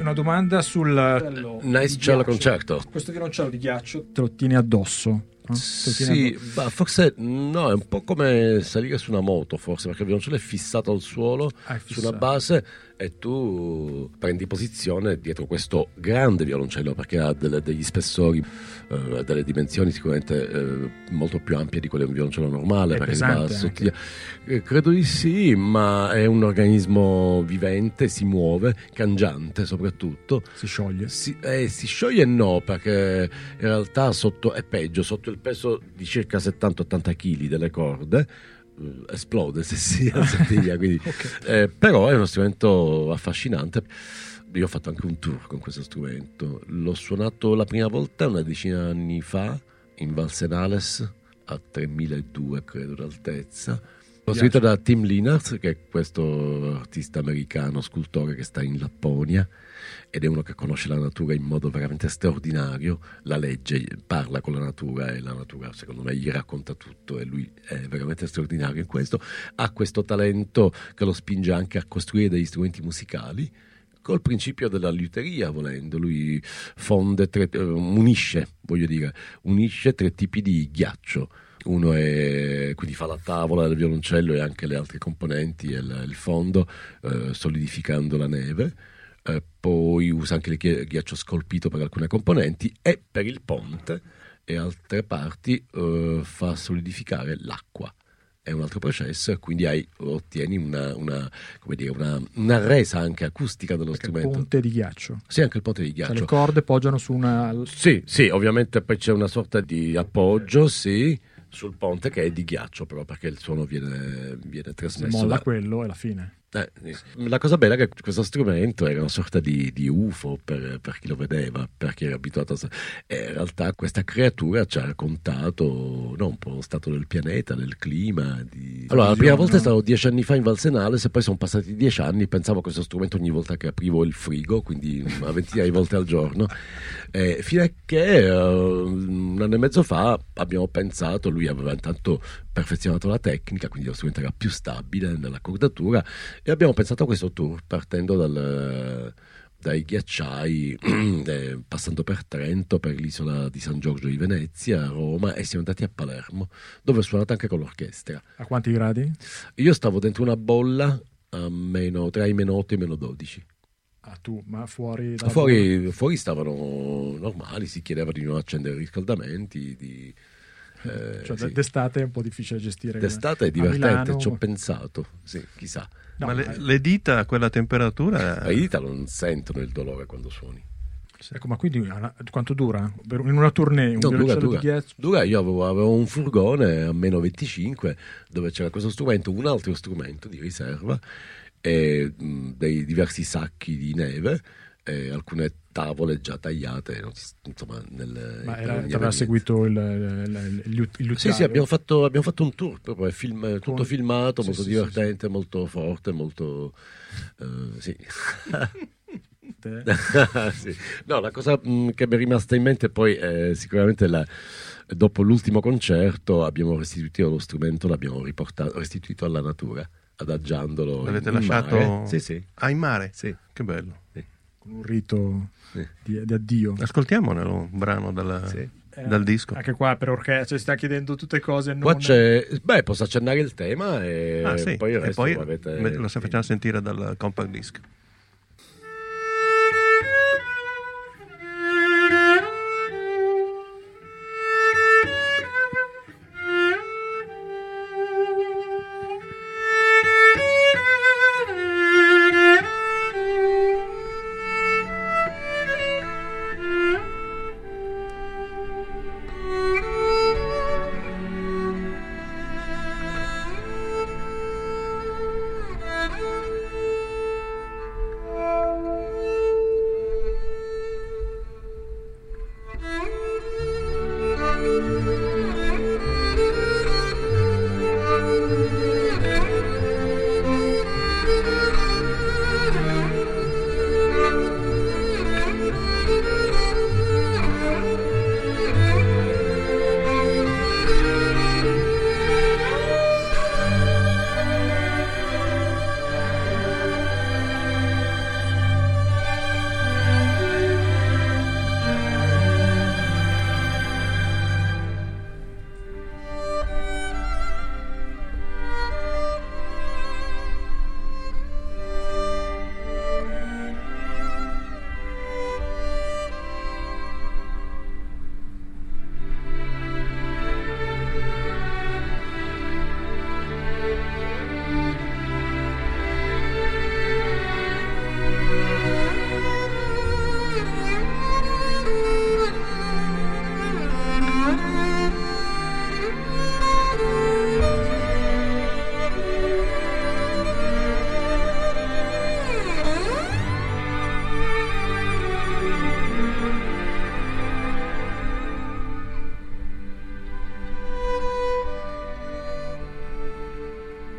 una domanda sul Nice Cello Concerto. Questo violoncello di ghiaccio te lo tieni addosso? No? Sì, ma forse no, è un po' come salire su una moto, forse, perché il violoncello è fissato al suolo, Ah, è su fissato. una base, e tu prendi posizione dietro questo grande violoncello, perché ha delle- degli spessori, eh, delle dimensioni sicuramente eh, molto più ampie di quelle di un violoncello normale. È perché pesante va anche. sottiglia- Eh, credo di sì, ma è un organismo vivente, si muove, cangiante soprattutto. Si scioglie. Si, eh, si scioglie no, perché in realtà sotto è peggio, sotto il peso di circa settanta ottanta kg delle corde eh, esplode se si assottiglia, quindi, Ok. eh, però è uno strumento affascinante. Io ho fatto anche un tour con questo strumento, l'ho suonato la prima volta una decina di anni fa in Val Senales a tremiladuecento credo d'altezza. L'ho scritto da Tim Lennart, che è questo artista americano, scultore che sta in Lapponia, ed è uno che conosce la natura in modo veramente straordinario, la legge, parla con la natura e la natura secondo me gli racconta tutto, e lui è veramente straordinario in questo. Ha questo talento che lo spinge anche a costruire degli strumenti musicali col principio della liuteria, volendo. Lui fonde tre, eh, unisce, voglio dire, unisce tre tipi di ghiaccio. Uno è, quindi fa la tavola del violoncello e anche le altre componenti e il, il fondo, eh, solidificando la neve. Eh, poi usa anche il ghi- ghiaccio scolpito per alcune componenti, e per il ponte e altre parti eh, fa solidificare l'acqua. È un altro processo, e quindi hai, ottieni una, una, come dire, una, una resa anche acustica dello Perché il strumento. ponte di ghiaccio. Sì, anche il ponte di Cioè, ghiaccio. le corde poggiano su una... Sì, sì, ovviamente poi c'è una sorta di appoggio, sì, sul ponte, che è di ghiaccio, però, perché il suono viene, viene Se trasmesso molla da... quello è la fine. Eh, sì. La cosa bella è che questo strumento era una sorta di, di U F O per, per chi lo vedeva, per chi era abituato a... E in realtà questa creatura ci ha raccontato, no, un po' lo stato del pianeta, del clima. Di... Allora, la prima volta è stato dieci anni fa in Val Senales, e poi sono passati dieci anni. Pensavo a questo strumento ogni volta che aprivo il frigo, quindi una ventina di volte al giorno, eh, fino a che eh, un anno e mezzo fa abbiamo pensato, lui aveva intanto perfezionato la tecnica, quindi lo strumento era più stabile nella cordatura, e abbiamo pensato a questo tour partendo dal, dai ghiacciai, eh, passando per Trento, per l'isola di San Giorgio di Venezia, Roma, e siamo andati a Palermo, dove ho suonato anche con l'orchestra. A quanti gradi? Io stavo dentro una bolla a meno, tra i meno otto e i meno dodici. Ah, tu, ma fuori... dalla bolla? Fuori, fuori stavano normali, si chiedeva di non accendere i riscaldamenti, di... Eh, Cioè, sì. d'estate è un po' difficile gestire. D'estate è A divertente, Milano- ci ho pensato, sì, chissà. No, Ma le, ma- le dita a quella temperatura... Le dita non sentono il dolore quando suoni. Ecco, ma quindi una- quanto dura? Per- In una tournée, un No, dura, violoncello dura. di ghiaccio? Dura, io avevo, avevo un furgone a meno venticinque dove c'era questo strumento, un altro strumento di riserva, e mh, dei diversi sacchi di neve, e alcune tavole già tagliate, non si- insomma, nel, Ma per era, ogni ti aveva evento. seguito il, il, il, il, il Sì, sì, abbiamo fatto, abbiamo fatto un tour, proprio, è film, tutto Con- filmato, sì, molto sì, divertente, molto forte, molto... eh, sì. Sì. No, la cosa mh, che mi è rimasta in mente poi è sicuramente la, dopo l'ultimo concerto abbiamo restituito lo strumento, l'abbiamo riportato, restituito alla natura, adagiandolo. L'avete in lasciato mare. Sì, sì, Ah, in mare? sì. Che bello. con un rito Sì. di, di addio. Ascoltiamone un brano dalla- Sì. Eh, dal disco. Anche qua per orchestra, cioè, sta chiedendo tutte cose non... Qua c'è, beh, posso accennare il tema e Ah, sì. poi il E resto poi lo avete... me- lo facciamo sentire dal compact disc. Thank you.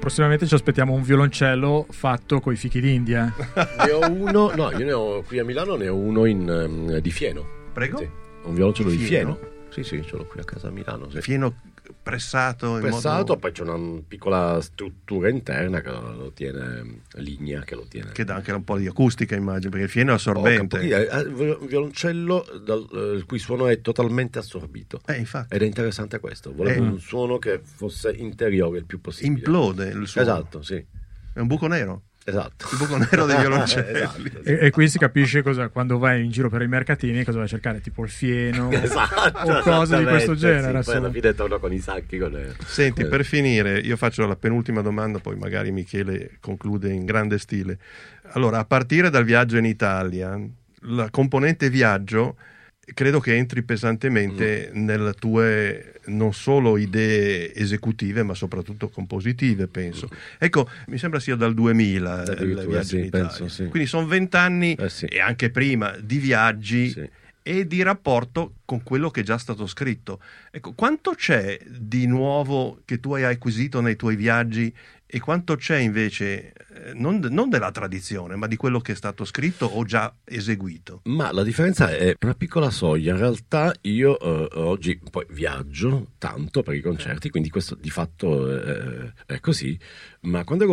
prossimamente ci aspettiamo un violoncello fatto coi fichi d'India. Ne ho uno, no, io ne ho qui a Milano, ne ho uno in, um, di fieno. Prego? Sì, un violoncello di Fieno? fieno. Sì, sì, ce l'ho qui a casa a Milano. Sì. Fieno pressato in Pressato, modo poi c'è una piccola struttura interna che lo tiene, lignea che lo tiene. che dà anche un po' di acustica, immagino, perché il fieno è Oh, assorbente. capo- eh, un violoncello dal, eh, il cui suono è totalmente assorbito. Eh, infatti, Ed è interessante questo. Volevo Eh. un suono che fosse interiore il più possibile. implode il suono. Esatto, sì. È un buco nero. Esatto. Il buco nero dei violoncelli. Esatto. E, e qui si capisce cosa, quando vai in giro per i mercatini, cosa vai a cercare, tipo il fieno Esatto, o cose di questo esattamente, genere. sì. Poi alla insomma. fine torno con i sacchi. Con le... Senti, Eh. per finire, io faccio la penultima domanda, poi magari Michele conclude in grande stile. Allora, a partire dal viaggio in Italia, la componente viaggio credo che entri pesantemente Mm. nelle tue non solo idee esecutive, ma soprattutto compositive, penso. Ecco, mi sembra sia dal duemila il Addirittura, viaggio sì, in Italia. penso, sì. Quindi sono vent'anni Eh, sì. e anche prima di viaggi Sì. e di rapporto con quello che è già stato scritto. Ecco, quanto c'è di nuovo che tu hai acquisito nei tuoi viaggi e quanto c'è invece eh, non, non della tradizione, ma di quello che è stato scritto o già eseguito? Ma la differenza è una piccola soglia. In realtà io eh, oggi poi viaggio tanto per i concerti, quindi questo di fatto eh, è così. Ma quando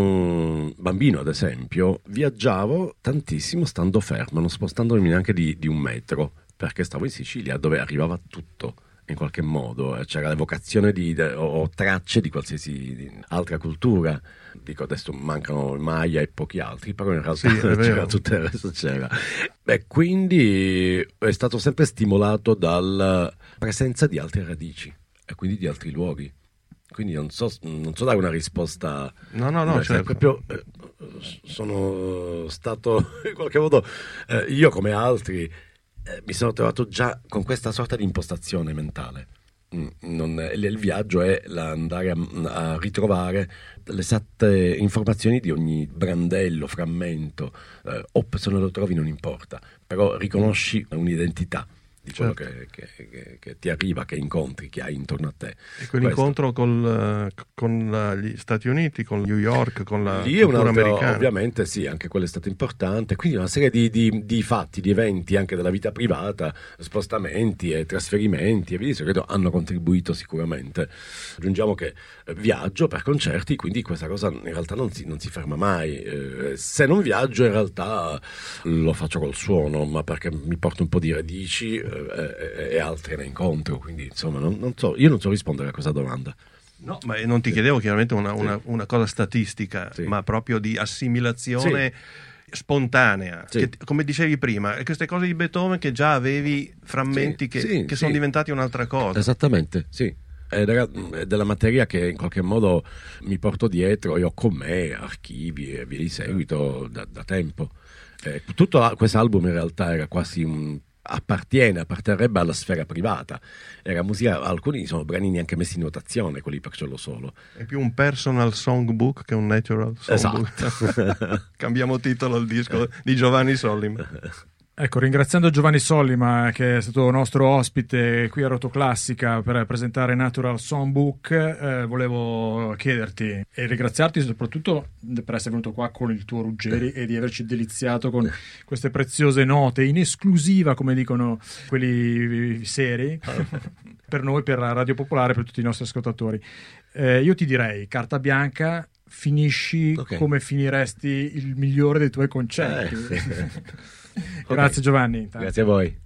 ero bambino, ad esempio, viaggiavo tantissimo stando fermo, non spostandomi neanche di, di un metro, perché stavo in Sicilia dove arrivava tutto. In qualche modo c'era l'evocazione di, de, o tracce di qualsiasi di altra cultura. Dico, adesso mancano il Maya e pochi altri, però in realtà Sì, è vero. c'era tutto il resto, c'era. E quindi è stato sempre stimolato dalla presenza di altre radici e quindi di altri luoghi. Quindi non so, non so dare una risposta. No, no, no, eh, certo. proprio eh, sono stato in qualche modo eh, io come altri. Eh, mi sono trovato già con questa sorta di impostazione mentale. Mm, non è- il, il viaggio è l'andare a, a ritrovare le esatte informazioni di ogni brandello, frammento, eh, o se non lo trovi non importa, però riconosci un'identità di quello Certo. che, che- che- che ti arriva, che incontri, che hai intorno a te. E Questo. quell'incontro col, eh, con la- gli Stati Uniti, con New York, con la Lì è un cultura altro, americana. ovviamente sì, anche quello è stato importante, quindi una serie di, di- di fatti, di eventi anche della vita privata, spostamenti e trasferimenti e via di seguito hanno contribuito sicuramente. Aggiungiamo che eh, viaggio per concerti, quindi questa cosa in realtà non si, non si ferma mai. Eh, se non viaggio in realtà lo faccio col suono, ma perché mi porto un po' di radici eh, e, e altre ne incontro, quindi insomma non, non so, io non so rispondere a questa domanda. No, ma non ti chiedevo chiaramente una, una- una cosa statistica, Sì. ma proprio di assimilazione spontanea. Sì. Che, come dicevi prima, queste cose di Beethoven che già avevi frammenti Sì, che, sì, che sì. sono diventati un'altra cosa. Esattamente, sì. Ed era è della materia che in qualche modo mi porto dietro e ho con me archivi e via di seguito da, da tempo. Eh, tutto la- questo album in realtà era quasi un appartiene, apparterrebbe alla sfera privata. Era musica, alcuni sono brani neanche messi in notazione, quelli per cielo solo. È più un personal songbook che un natural songbook. Esatto. Cambiamo titolo al disco di Giovanni Sollima. Ecco, ringraziando Giovanni Sollima, che è stato nostro ospite qui a Rotoclassica per presentare Natural Songbook, eh, volevo chiederti e ringraziarti soprattutto per essere venuto qua con il tuo Ruggeri e di averci deliziato con queste preziose note in esclusiva, come dicono quelli seri, per noi, per la Radio Popolare, per tutti i nostri ascoltatori. Eh, io ti direi, carta bianca, finisci Ok. come finiresti il migliore dei tuoi concerti. Eh. Grazie Ok. Giovanni. intanto. Grazie a voi.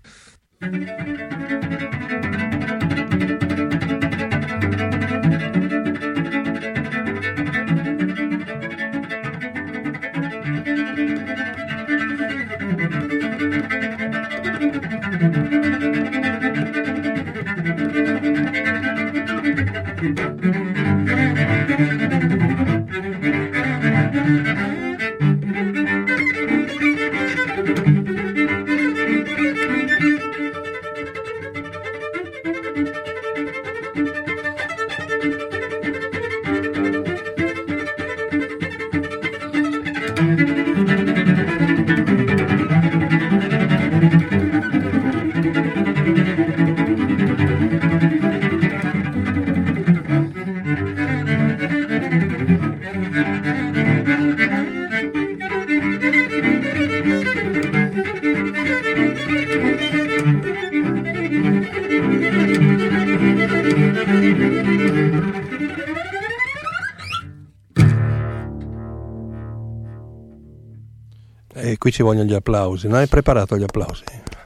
E qui ci vogliono gli applausi. Non hai preparato gli applausi?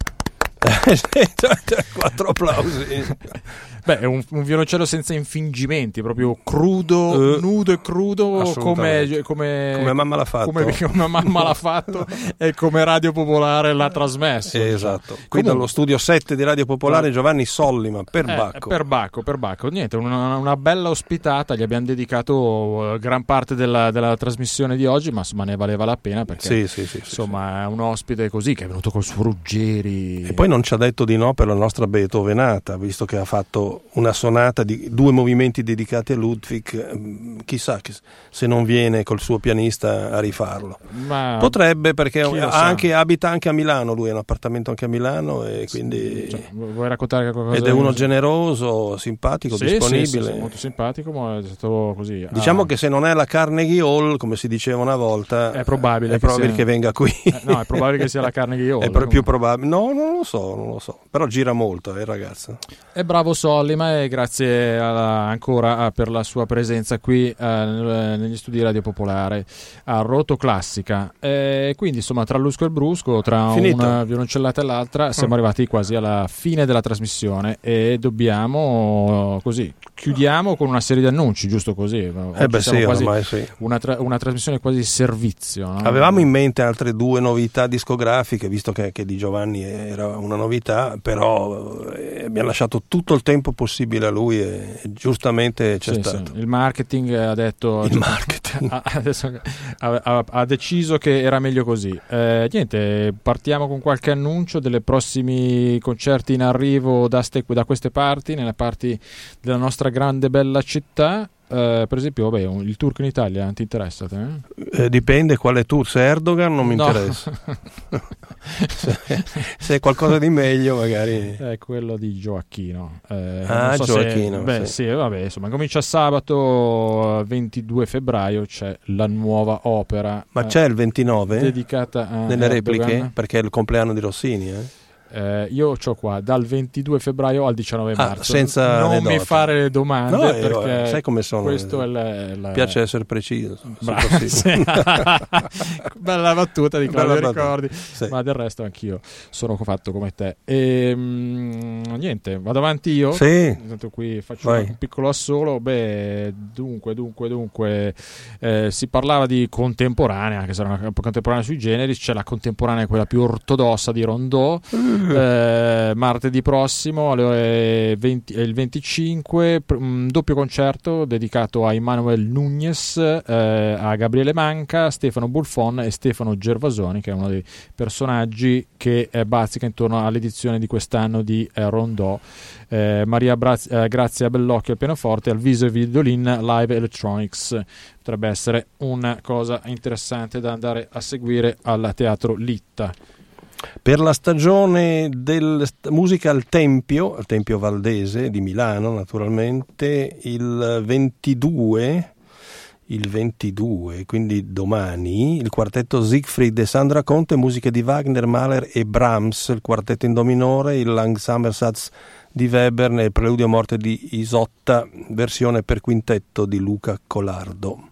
Quattro applausi. Beh, è un, un violoncello senza infingimenti, proprio crudo, uh, nudo e crudo, come, come, come mamma l'ha fatto, come, come mamma l'ha fatto e come Radio Popolare l'ha trasmesso. Esatto. Qui comunque, dallo studio sette di Radio Popolare, Giovanni Sollima, per eh, Bacco. Per Bacco, per Bacco. Niente, una, una bella ospitata, gli abbiamo dedicato gran parte della, della trasmissione di oggi, ma insomma ne valeva la pena perché sì, sì, sì, insomma sì. È un ospite così che è venuto col suo Ruggeri. E poi non ci ha detto di no per la nostra beethovenata, visto che ha fatto una sonata di due movimenti dedicati a Ludwig, chissà se non viene col suo pianista a rifarlo. Ma potrebbe, perché anche, abita anche a Milano, lui ha un appartamento anche a Milano e quindi cioè, vuoi raccontare qualcosa? Ed è uno generoso, simpatico, sì, disponibile. Sì, sì, sì, molto simpatico, ma è stato così. Diciamo ah. che se non è la Carnegie Hall, come si diceva una volta, è probabile, è che, probabile sia... che venga qui. Eh, no, è probabile che sia la Carnegie Hall. È per più probabile. No, non lo so, non lo so. Però gira molto, eh, ragazzo. È bravo Sollima e grazie alla, ancora per la sua presenza qui eh, negli studi di Radio Popolare a Roto Classica. E quindi insomma tra l'usco e il brusco, tra Finito. Una violoncellata e l'altra, siamo mm. arrivati quasi alla fine della trasmissione e dobbiamo così chiudiamo con una serie di annunci, giusto così. Eh beh, sì, quasi ormai sì. Una, tra- una trasmissione quasi servizio. No? Avevamo in mente altre due novità discografiche, visto che, che di Giovanni era una novità, però eh, abbiamo lasciato tutto il tempo possibile a lui e giustamente c'è sì, stato. Sì. Il marketing ha detto il marketing. Ha, ha, ha, ha deciso che era meglio così. Eh, niente, partiamo con qualche annuncio delle prossimi concerti in arrivo da, ste, da queste parti, nelle parti della nostra grande bella città. Uh, per esempio, vabbè, un, il tour in Italia ti interessa te? Eh, dipende quale tour. Se Erdogan non mi no. interessa. se, se è qualcosa di meglio magari è quello di Gioacchino. Eh, ah, so Gioacchino se, beh, sì. sì, vabbè, insomma, comincia sabato ventidue febbraio, c'è la nuova opera. Ma eh, c'è il ventinove? Dedicata a nelle Erdogan. repliche? Perché è il compleanno di Rossini, eh? Eh, io c'ho qua dal ventidue febbraio al diciannove marzo. Ah, senza non aneddoti. mi fare domande, no, perché io, sai come sono. Questo è la, la... piace essere preciso. Bella battuta di Claudio Bella Ricordi, sì. Ma del resto anch'io sono fatto come te. E mh, niente, vado avanti io. Sì. Intanto qui faccio Vai. un piccolo assolo. Beh, dunque, dunque, dunque, eh, si parlava di contemporanea, che sarà una contemporanea sui generi. C'è la contemporanea, quella più ortodossa di Rondò. Eh, martedì prossimo alle venti, il venticinque un doppio concerto dedicato a Emmanuel Núñez, eh, a Gabriele Manca, Stefano Bulfon e Stefano Gervasoni, che è uno dei personaggi che eh, bazzica intorno all'edizione di quest'anno di eh, Rondò. eh, Maria Braz- eh, Grazia Bellocchio al pianoforte, al viso e violin, live electronics. Potrebbe essere una cosa interessante da andare a seguire al Teatro Litta. Per la stagione della musica al Tempio, al Tempio Valdese di Milano naturalmente, il ventidue, il ventidue, quindi domani, il quartetto Siegfried e Sandra Conte, musiche di Wagner, Mahler e Brahms, il quartetto in do minore, il Langsamer-Satz di Weber nel preludio a morte di Isotta, versione per quintetto di Luca Colardo.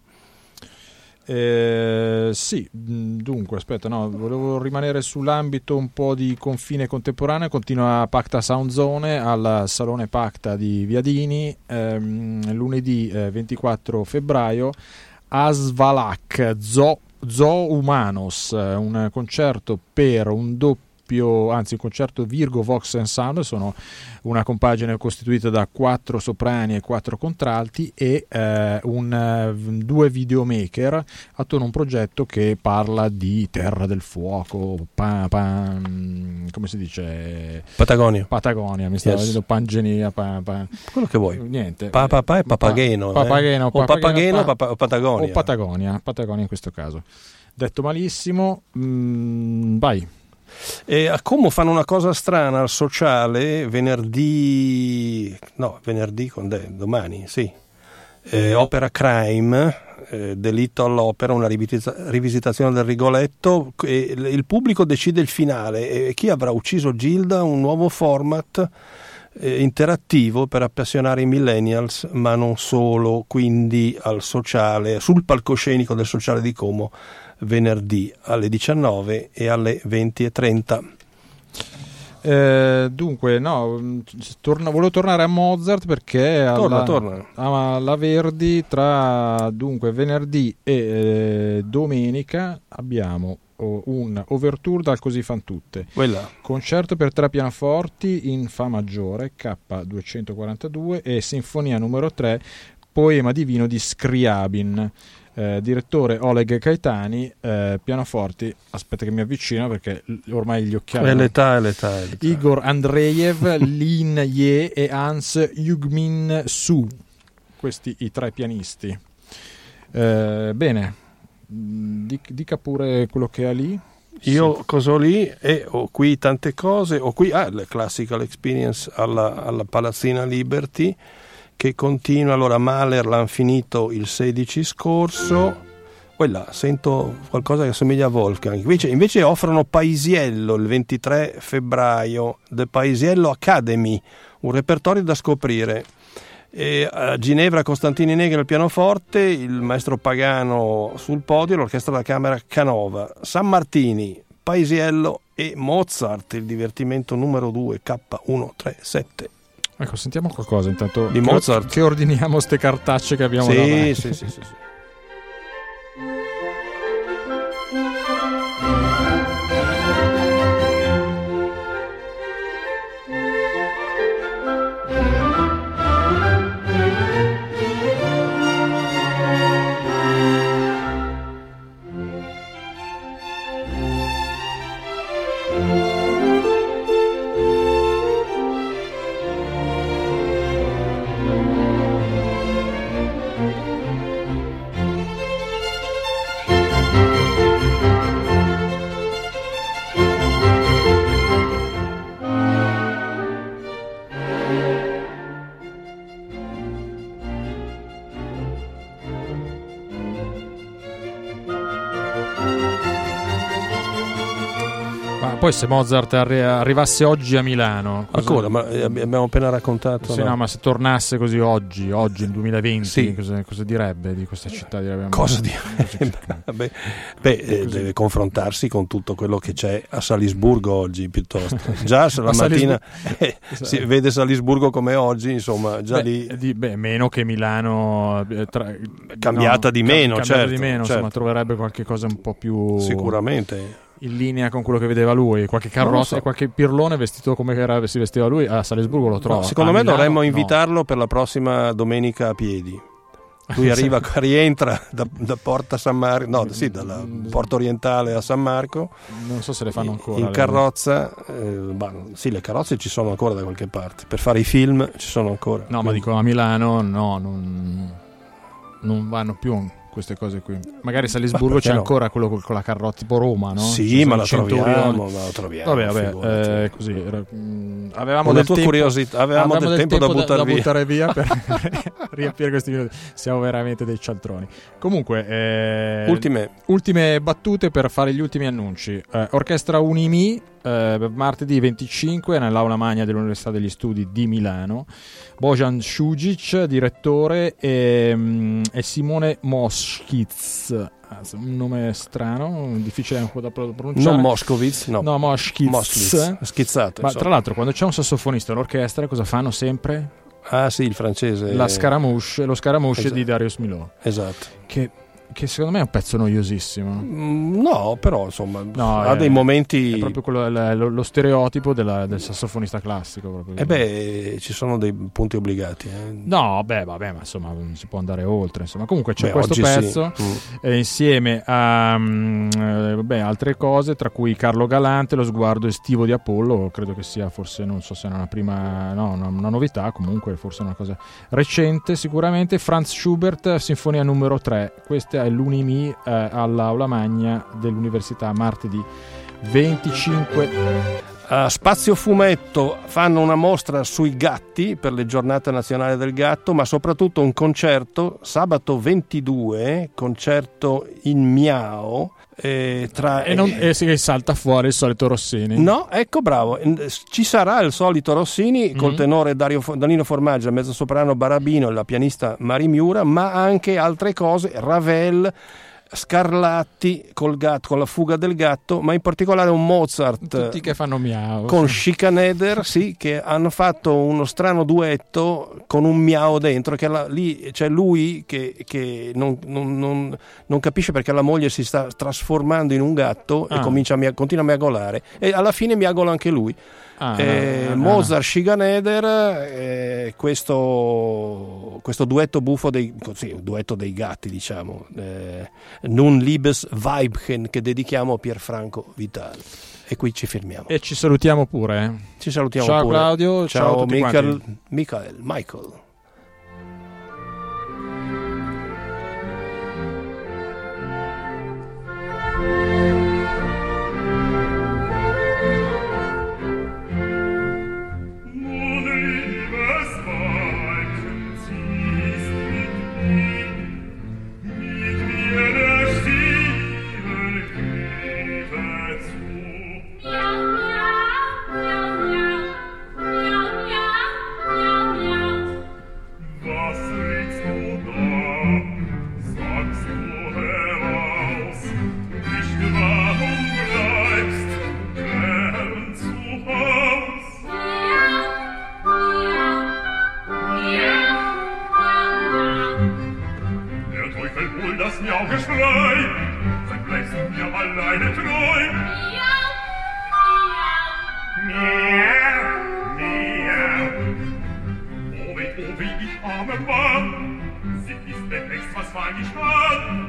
Eh, sì, dunque aspetta, no, volevo rimanere sull'ambito un po' di confine contemporaneo. Continua Pacta Sound Zone al Salone Pacta di Viadini, ehm, lunedì eh, ventiquattro febbraio, Asvalak Zoo, Zoo Humanos, un concerto per un doppio, anzi un concerto Virgo Vox and Sound. Sono una compagine costituita da quattro soprani e quattro contralti e eh, un, due videomaker attorno a un progetto che parla di Terra del Fuoco, pa, pa, come si dice? Patagonia. Patagonia, mi stavo yes. dicendo Pangenia, pa, pa. quello che vuoi. Niente. Pa, pa, pa è Papageno. Pa, papageno, eh? papageno, o Papageno pa, papa, o Patagonia. O Patagonia, Patagonia in questo caso. Detto malissimo, mm, vai. E a Como fanno una cosa strana al Sociale venerdì, no, venerdì, quando è? Domani, sì. Eh, opera Crime, eh, delitto all'opera, una rivisita- rivisitazione del Rigoletto. E il pubblico decide il finale. E chi avrà ucciso Gilda? Un nuovo format eh, interattivo per appassionare i millennials, ma non solo, quindi al sociale, sul palcoscenico del Sociale di Como, venerdì alle diciannove e alle venti e trenta. Eh, dunque, no, torna, volevo tornare a Mozart perché torna, alla, torna. alla Verdi tra dunque venerdì e eh, domenica abbiamo oh, un overture dal Così fan tutte, Quella. concerto per tre pianoforti in Fa maggiore K duecentoquarantadue e sinfonia numero tre, poema divino di Scriabin. Eh, direttore Oleg Caetani, eh, pianoforti, aspetta che mi avvicino perché ormai gli occhiali, È l'età, è l'età, è l'età. Igor Andreev, Lin Ye e Hans Yugmin Su, questi i tre pianisti. Eh, bene, Dic- dica pure quello che ha lì. Io cosa ho lì? E ho qui tante cose, ho qui ah, la Classical Experience alla, alla Palazzina Liberty, che continua. Allora Mahler l'hanno finito il sedici scorso, quella sento qualcosa che assomiglia a Wolfgang. Invece, invece offrono Paisiello il ventitré febbraio, The Paisiello Academy, un repertorio da scoprire. E a Ginevra Costantini Negri al pianoforte, il maestro Pagano sul podio, l'orchestra della Camera Canova, San Martini, Paisiello e Mozart, il divertimento numero due K centotrentasette. Ecco, sentiamo qualcosa intanto Di che, Mozart. che ordiniamo ste cartacce che abbiamo Sì, davanti. sì, sì, sì, sì. Poi se Mozart arri- arrivasse oggi a Milano, cosa... Ancora, ma abbiamo appena raccontato. Sì, no? no, ma se tornasse così oggi, oggi nel duemilaventi, Sì. cosa, cosa direbbe di questa città? Direbbe, Cosa ma- dire? Beh, beh eh, deve confrontarsi con tutto quello che c'è a Salisburgo oggi, piuttosto. Già se la A mattina Salisburgo- eh, si vede Salisburgo come oggi, insomma, già Beh, lì di- beh, meno che Milano, eh, tra- Cambiata di meno, cambiata certo, di meno, insomma, certo. troverebbe qualche cosa un po' più sicuramente. in linea con quello che vedeva lui, qualche Non lo carrozza so. e qualche pirlone vestito come era, si vestiva lui a Salisburgo lo trova. No, secondo A me Milano, dovremmo no. invitarlo per la prossima domenica a piedi. Lui arriva, rientra da, da Porta San Marco, no, sì, dalla Porta Orientale a San Marco. Non so se le fanno ancora. In le- carrozza, eh, bah, sì, le carrozze ci sono ancora da qualche parte. Per fare i film ci sono ancora. No, ma Quindi- dico a Milano no, non, non vanno più queste cose qui. Magari a Salisburgo perché c'è no? ancora quello col- con la carrozza tipo Roma, no? Sì, Ci sono ma i la centurioni. troviamo, ma la troviamo. Vabbè, vabbè, figurati. eh, così. era- mh, avevamo Una del tua tempo, curiosità, avevamo del tempo da buttar via. buttare via per riempire questi minuti. Siamo veramente dei cialtroni. Comunque, eh, Ultime. ultime battute per fare gli ultimi annunci. Eh, Orchestra Unimi, eh, martedì venticinque nell'aula magna dell'Università degli Studi di Milano. Bojan Šujic, direttore, e, mm, e Simone Moschitz. Ah, un nome strano, difficile un po' da pro- pronunciare. Non Moscovitz, no. No, Moschitz. Moschwitz, schizzato. Ma insomma. tra l'altro, quando c'è un sassofonista all'orchestra, cosa fanno sempre? Ah sì, il francese. La Scaramouche, lo Scaramouche Esatto. di Darius Milhaud, Esatto. che, che secondo me è un pezzo noiosissimo. Mm, No, però insomma No, ha è- dei momenti. È proprio quello, l- lo, lo stereotipo della- del sassofonista classico. Proprio. Eh beh, ci sono dei punti obbligati. eh. No, beh, vabbè, ma insomma non si può andare oltre. Insomma, comunque c'è Beh, questo oggi pezzo sì. Mm. eh, insieme a mm, eh, vabbè, altre cose, tra cui Carlo Galante, Lo sguardo estivo di Apollo. Credo che sia forse, non so se è una prima, no, una, una novità, comunque forse una cosa recente sicuramente. Franz Schubert, Sinfonia numero tre. Questa è l'Unimi eh, all'Aula Magna dell'Università martedì venticinque. A Spazio Fumetto fanno una mostra sui gatti per le giornate nazionali del gatto, ma soprattutto un concerto sabato ventidue, concerto in Miao. Eh, tra, e non eh, si salta fuori il solito Rossini. No, ecco, bravo, ci sarà il solito Rossini col mm-hmm. tenore Dario, Danilo Formaggia, mezzosoprano Barabino e la pianista Mari Miura, ma anche altre cose, Ravel, Scarlatti col gatto, con la fuga del gatto, ma in particolare un Mozart, tutti che fanno miau, con Schikaneder, sì, che hanno fatto uno strano duetto con un miau dentro, che la, lì c'è lui che, che non, non, non, non capisce perché la moglie si sta trasformando in un gatto ah. e comincia a mia, continua a miagolare e alla fine miagola anche lui. Ah, eh, ah, Mozart, ah. Schikaneder, eh, questo, questo duetto buffo dei, sì, duetto dei gatti, diciamo, eh, Nun liebes Weibchen, che dedichiamo a Pierfranco Vitali. E qui ci fermiamo e ci salutiamo pure, eh. ci salutiamo ciao pure. Claudio, ciao, ciao a tutti Michael, quanti. Michael Michael Wie ich arme Mann, sie ist denn extras fein geschlagen.